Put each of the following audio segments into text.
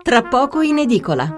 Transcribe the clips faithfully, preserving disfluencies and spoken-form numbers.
tra poco in edicola.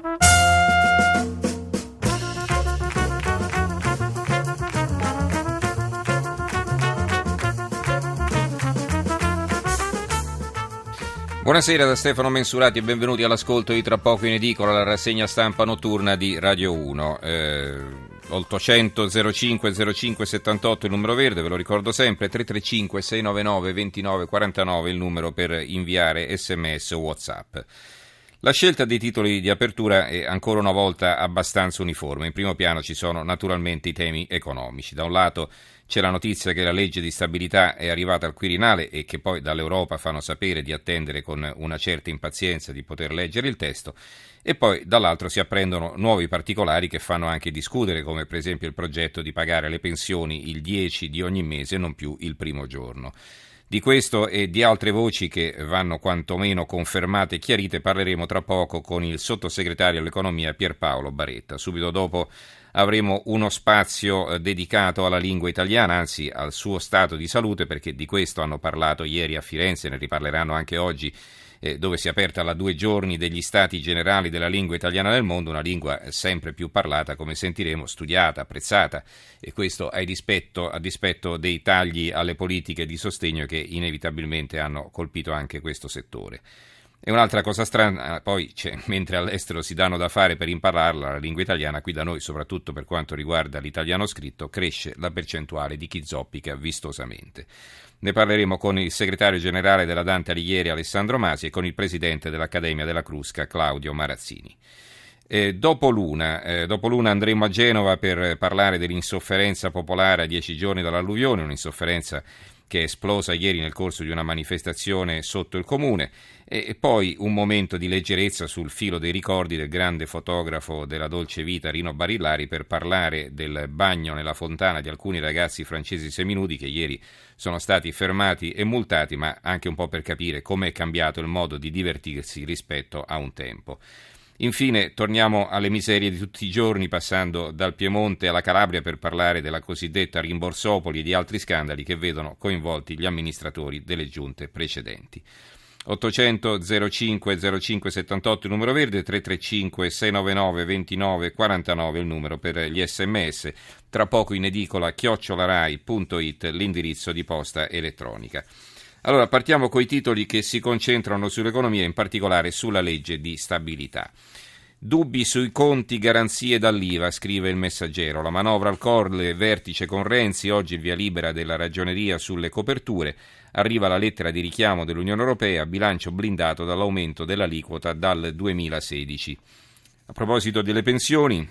Buonasera da Stefano Mensurati e benvenuti all'ascolto di Tra poco in edicola, la rassegna stampa notturna di Radio uno. Eh, ottocento zero cinque zero cinque settantotto il numero verde, ve lo ricordo sempre, tre tre cinque sei nove nove due nove quattro nove il numero per inviare sms o WhatsApp. La scelta dei titoli di apertura è ancora una volta abbastanza uniforme. In primo piano ci sono naturalmente i temi economici. Da un lato c'è la notizia che la legge di stabilità è arrivata al Quirinale e che poi dall'Europa fanno sapere di attendere con una certa impazienza di poter leggere il testo, e poi dall'altro si apprendono nuovi particolari che fanno anche discutere, come per esempio il progetto di pagare le pensioni il dieci di ogni mese e non più il primo giorno. Di questo e di altre voci che vanno quantomeno confermate e chiarite parleremo tra poco con il sottosegretario all'economia Pierpaolo Baretta. Subito dopo avremo uno spazio dedicato alla lingua italiana, anzi al suo stato di salute, perché di questo hanno parlato ieri a Firenze, ne riparleranno anche oggi, eh, dove si è aperta la due giorni degli stati generali della lingua italiana nel mondo, una lingua sempre più parlata, come sentiremo, studiata, apprezzata, e questo a dispetto, a dispetto dei tagli alle politiche di sostegno che inevitabilmente hanno colpito anche questo settore. E un'altra cosa strana, poi c'è, mentre all'estero si danno da fare per impararla la lingua italiana, qui da noi, soprattutto per quanto riguarda l'italiano scritto, cresce la percentuale di chi zoppica vistosamente. Ne parleremo con il segretario generale della Dante Alighieri Alessandro Masi e con il presidente dell'Accademia della Crusca Claudio Marazzini. Eh, dopo l'una, eh, dopo l'una andremo a Genova per parlare dell'insofferenza popolare a dieci giorni dall'alluvione, un'insofferenza che è esplosa ieri nel corso di una manifestazione sotto il comune, e poi un momento di leggerezza sul filo dei ricordi del grande fotografo della dolce vita Rino Barillari per parlare del bagno nella fontana di alcuni ragazzi francesi seminudi che ieri sono stati fermati e multati, ma anche un po' per capire com'è cambiato il modo di divertirsi rispetto a un tempo. Infine torniamo alle miserie di tutti i giorni, passando dal Piemonte alla Calabria per parlare della cosiddetta rimborsopoli e di altri scandali che vedono coinvolti gli amministratori delle giunte precedenti. ottocento zero cinque zero cinque settantotto il numero verde, tre tre cinque sei nove nove due nove quattro nove il numero per gli sms, tra poco in edicola chiocciolarai punto it l'indirizzo di posta elettronica. Allora, partiamo coi titoli che si concentrano sull'economia, in particolare sulla legge di stabilità. Dubbi sui conti, garanzie dall'I V A, scrive il Messaggero. La manovra al Colle, vertice con Renzi, oggi il via libera della Ragioneria sulle coperture. Arriva la lettera di richiamo dell'Unione Europea, bilancio blindato dall'aumento dell'aliquota dal duemilasedici. A proposito delle pensioni,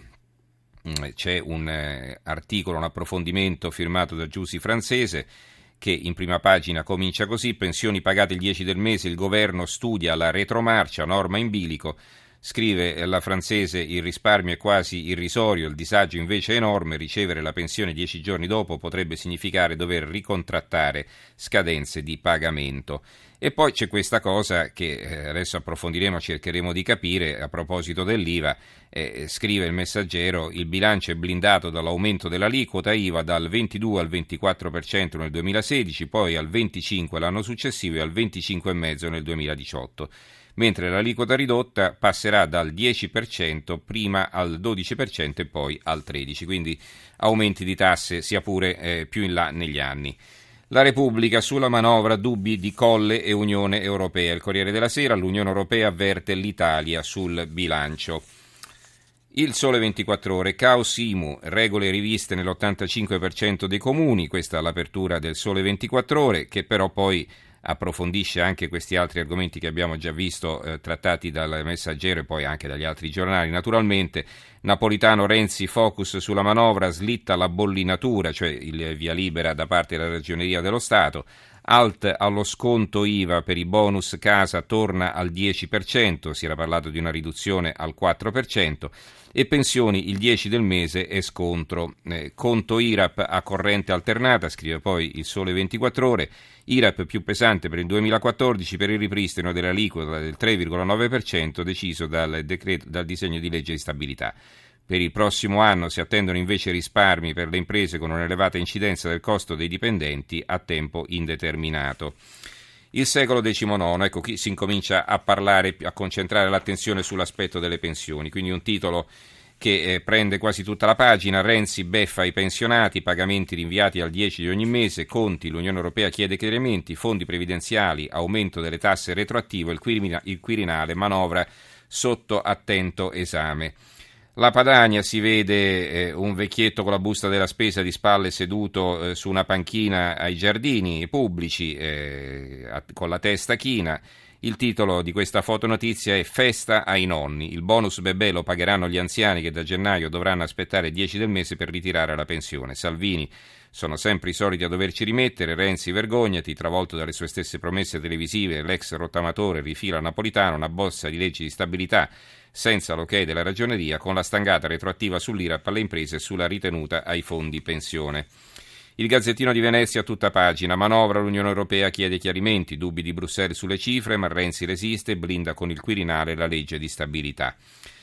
c'è un eh, articolo, un approfondimento firmato da Giussi Francese, che in prima pagina comincia così: pensioni pagate il dieci del mese, il governo studia la retromarcia, norma in bilico. Scrive la Francese: il risparmio è quasi irrisorio, il disagio invece è enorme, ricevere la pensione dieci giorni dopo potrebbe significare dover ricontrattare scadenze di pagamento. E poi c'è questa cosa che eh, adesso approfondiremo, cercheremo di capire a proposito dell'I V A. Eh, scrive il Messaggero: il bilancio è blindato dall'aumento dell'aliquota I V A dal ventidue al ventiquattro per cento nel duemilasedici, poi al venticinque l'anno successivo e al venticinque virgola cinque per cento nel duemiladiciotto, mentre l'aliquota ridotta passerà dal dieci per cento prima al dodici per cento e poi al tredici per cento, quindi aumenti di tasse sia pure eh, più in là negli anni. La Repubblica: sulla manovra dubbi di Colle e Unione Europea. Il Corriere della Sera: l'Unione Europea avverte l'Italia sul bilancio. Il Sole ventiquattro Ore: caos I M U, regole riviste nell'ottantacinque per cento dei comuni. Questa è l'apertura del Sole ventiquattro Ore, che però poi approfondisce anche questi altri argomenti che abbiamo già visto eh, trattati dal Messaggero e poi anche dagli altri giornali. Naturalmente Napolitano: Renzi focus sulla manovra, slitta la bollinatura, cioè il via libera da parte della Ragioneria dello Stato. Alt allo sconto I V A per i bonus casa, torna al dieci per cento, si era parlato di una riduzione al quattro per cento. E pensioni il dieci del mese e scontro. Eh, conto I R A P a corrente alternata, scrive poi il Sole ventiquattro Ore. I R A P più pesante per il duemilaquattordici per il ripristino dell'aliquota del tre virgola nove per cento deciso dal, decreto, dal disegno di legge di stabilità. Per il prossimo anno si attendono invece risparmi per le imprese con un'elevata incidenza del costo dei dipendenti a tempo indeterminato. Il secolo diciannove, ecco qui si incomincia a parlare, a concentrare l'attenzione sull'aspetto delle pensioni, quindi un titolo che eh, prende quasi tutta la pagina. Renzi beffa i pensionati, pagamenti rinviati al dieci di ogni mese, Conti, l'Unione Europea chiede chiarimenti, fondi previdenziali, aumento delle tasse retroattivo, il, Quirina, il Quirinale, manovra sotto attento esame. La Padania si vede eh, un vecchietto con la busta della spesa di spalle seduto eh, su una panchina ai giardini pubblici eh, a, con la testa china. Il titolo di questa fotonotizia è Festa ai nonni. Il bonus bebè lo pagheranno gli anziani che da gennaio dovranno aspettare dieci del mese per ritirare la pensione. Salvini: sono sempre i soliti a doverci rimettere. Renzi: vergognati. Travolto dalle sue stesse promesse televisive, l'ex rottamatore rifila a Napolitano una bozza di legge di stabilità senza l'ok della ragioneria, con la stangata retroattiva sull'I R A P alle imprese e sulla ritenuta ai fondi pensione. Il Gazzettino di Venezia a tutta pagina, manovra, l'Unione Europea chiede chiarimenti, dubbi di Bruxelles sulle cifre, ma Renzi resiste e blinda con il Quirinale la legge di stabilità.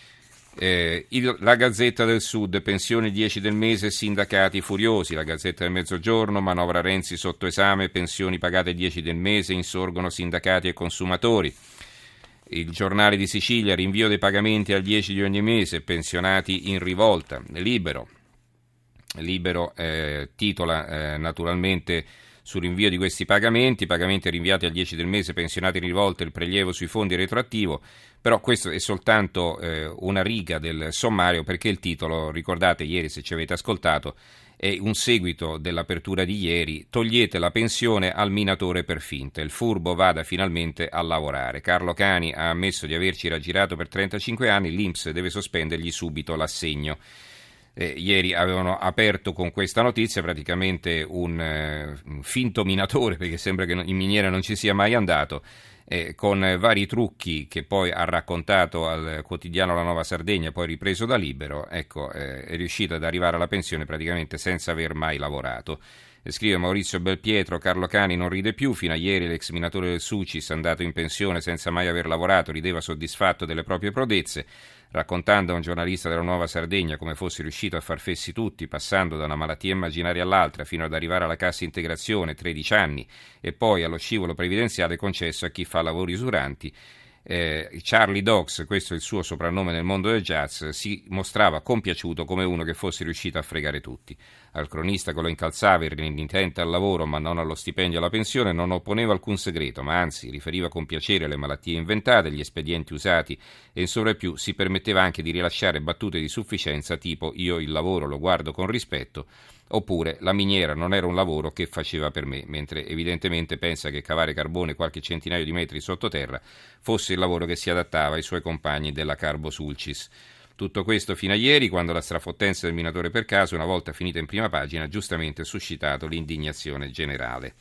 Eh, il, la Gazzetta del Sud, pensioni dieci del mese, sindacati furiosi. La Gazzetta del Mezzogiorno, manovra Renzi sotto esame, pensioni pagate dieci del mese, insorgono sindacati e consumatori. Il Giornale di Sicilia, rinvio dei pagamenti al dieci di ogni mese, pensionati in rivolta. Libero. Libero eh, titola eh, naturalmente sul rinvio di questi pagamenti, pagamenti rinviati al dieci del mese, pensionati in rivolta, il prelievo sui fondi retroattivo, però questo è soltanto eh, una riga del sommario, perché il titolo, ricordate ieri se ci avete ascoltato, è un seguito dell'apertura di ieri: togliete la pensione al minatore per finta, il furbo vada finalmente a lavorare. Carlo Cani ha ammesso di averci raggirato per trentacinque anni, l'I N P S deve sospendergli subito l'assegno. Eh, ieri avevano aperto con questa notizia praticamente un, eh, un finto minatore, perché sembra che in miniera non ci sia mai andato, eh, con eh, vari trucchi che poi ha raccontato al quotidiano La Nuova Sardegna, poi ripreso da Libero. Ecco, eh, è riuscito ad arrivare alla pensione praticamente senza aver mai lavorato. E scrive Maurizio Belpietro: Carlo Cani non ride più, fino a ieri l'ex minatore del Sucis, andato in pensione senza mai aver lavorato, rideva soddisfatto delle proprie prodezze, raccontando a un giornalista della Nuova Sardegna come fosse riuscito a far fessi tutti, passando da una malattia immaginaria all'altra fino ad arrivare alla cassa integrazione, tredici anni, e poi allo scivolo previdenziale concesso a chi fa lavori usuranti. Eh, Charlie Dogs, questo è il suo soprannome nel mondo del jazz, si mostrava compiaciuto come uno che fosse riuscito a fregare tutti. Al cronista che lo incalzava, renitente al lavoro ma non allo stipendio e alla pensione, non opponeva alcun segreto, ma anzi riferiva con piacere le malattie inventate, gli espedienti usati, e in sovrappiù si permetteva anche di rilasciare battute di sufficienza tipo: io il lavoro lo guardo con rispetto, oppure la miniera non era un lavoro che faceva per me, mentre evidentemente pensa che cavare carbone qualche centinaio di metri sottoterra fosse il lavoro che si adattava ai suoi compagni della Carbo Sulcis. Tutto questo fino a ieri, quando la strafottenza del minatore per caso, una volta finita in prima pagina, ha giustamente suscitato l'indignazione generale.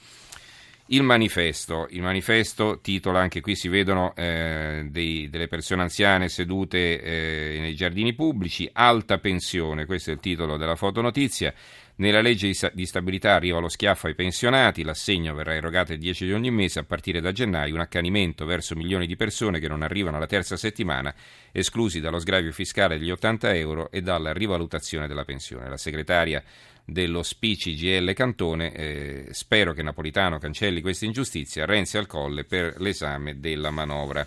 Il manifesto, il manifesto titola, anche qui si vedono eh, dei, delle persone anziane sedute eh, nei giardini pubblici, alta pensione, questo è il titolo della fotonotizia. Nella legge di stabilità arriva lo schiaffo ai pensionati, l'assegno verrà erogato il dieci di ogni mese a partire da gennaio, un accanimento verso milioni di persone che non arrivano alla terza settimana, esclusi dallo sgravio fiscale degli ottanta euro e dalla rivalutazione della pensione. La segretaria dello S P I C G L Cantone: eh, spero che Napolitano cancelli questa ingiustizia, Renzi al colle per l'esame della manovra.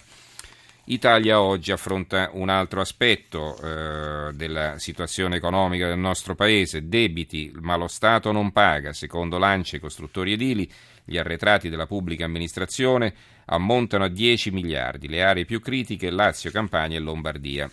Italia Oggi affronta un altro aspetto eh, della situazione economica del nostro paese: debiti, ma lo Stato non paga. Secondo l'ANCE, i costruttori edili, gli arretrati della pubblica amministrazione ammontano a dieci miliardi, le aree più critiche Lazio, Campania e Lombardia.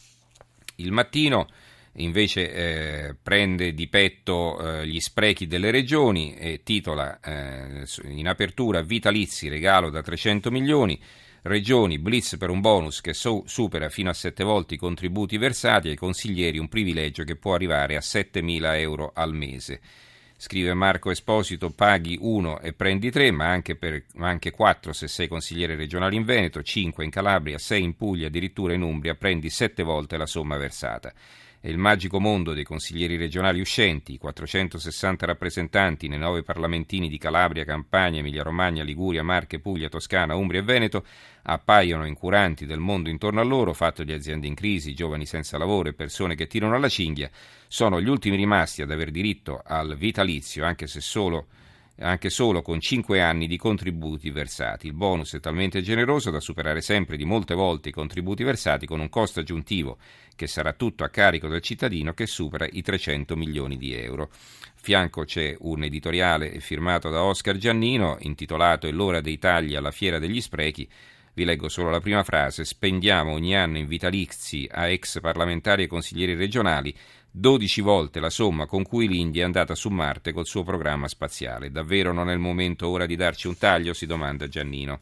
Il Mattino invece eh, prende di petto eh, gli sprechi delle regioni e titola eh, in apertura: vitalizi, regalo da trecento milioni. Regioni, blitz per un bonus che so, supera fino a sette volte i contributi versati, ai consiglieri un privilegio che può arrivare a settemila euro al mese. Scrive Marco Esposito: paghi uno e prendi tre, ma anche, per, ma anche quattro se sei consigliere regionale in Veneto, cinque in Calabria, sei in Puglia, addirittura in Umbria prendi sette volte la somma versata. È il magico mondo dei consiglieri regionali uscenti, i quattrocentosessanta rappresentanti nei nove parlamentini di Calabria, Campania, Emilia-Romagna, Liguria, Marche, Puglia, Toscana, Umbria e Veneto appaiono incuranti del mondo intorno a loro, fatto di aziende in crisi, giovani senza lavoro e persone che tirano alla cinghia. Sono gli ultimi rimasti ad aver diritto al vitalizio, anche se solo anche solo con cinque anni di contributi versati. Il bonus è talmente generoso da superare sempre di molte volte i contributi versati, con un costo aggiuntivo che sarà tutto a carico del cittadino, che supera i trecento milioni di euro. A fianco c'è un editoriale firmato da Oscar Giannino intitolato "È l'ora dei tagli alla fiera degli sprechi". Vi leggo solo la prima frase: spendiamo ogni anno in vitalizi a ex parlamentari e consiglieri regionali dodici volte la somma con cui l'India è andata su Marte col suo programma spaziale. Davvero non è il momento ora di darci un taglio? Si domanda Giannino.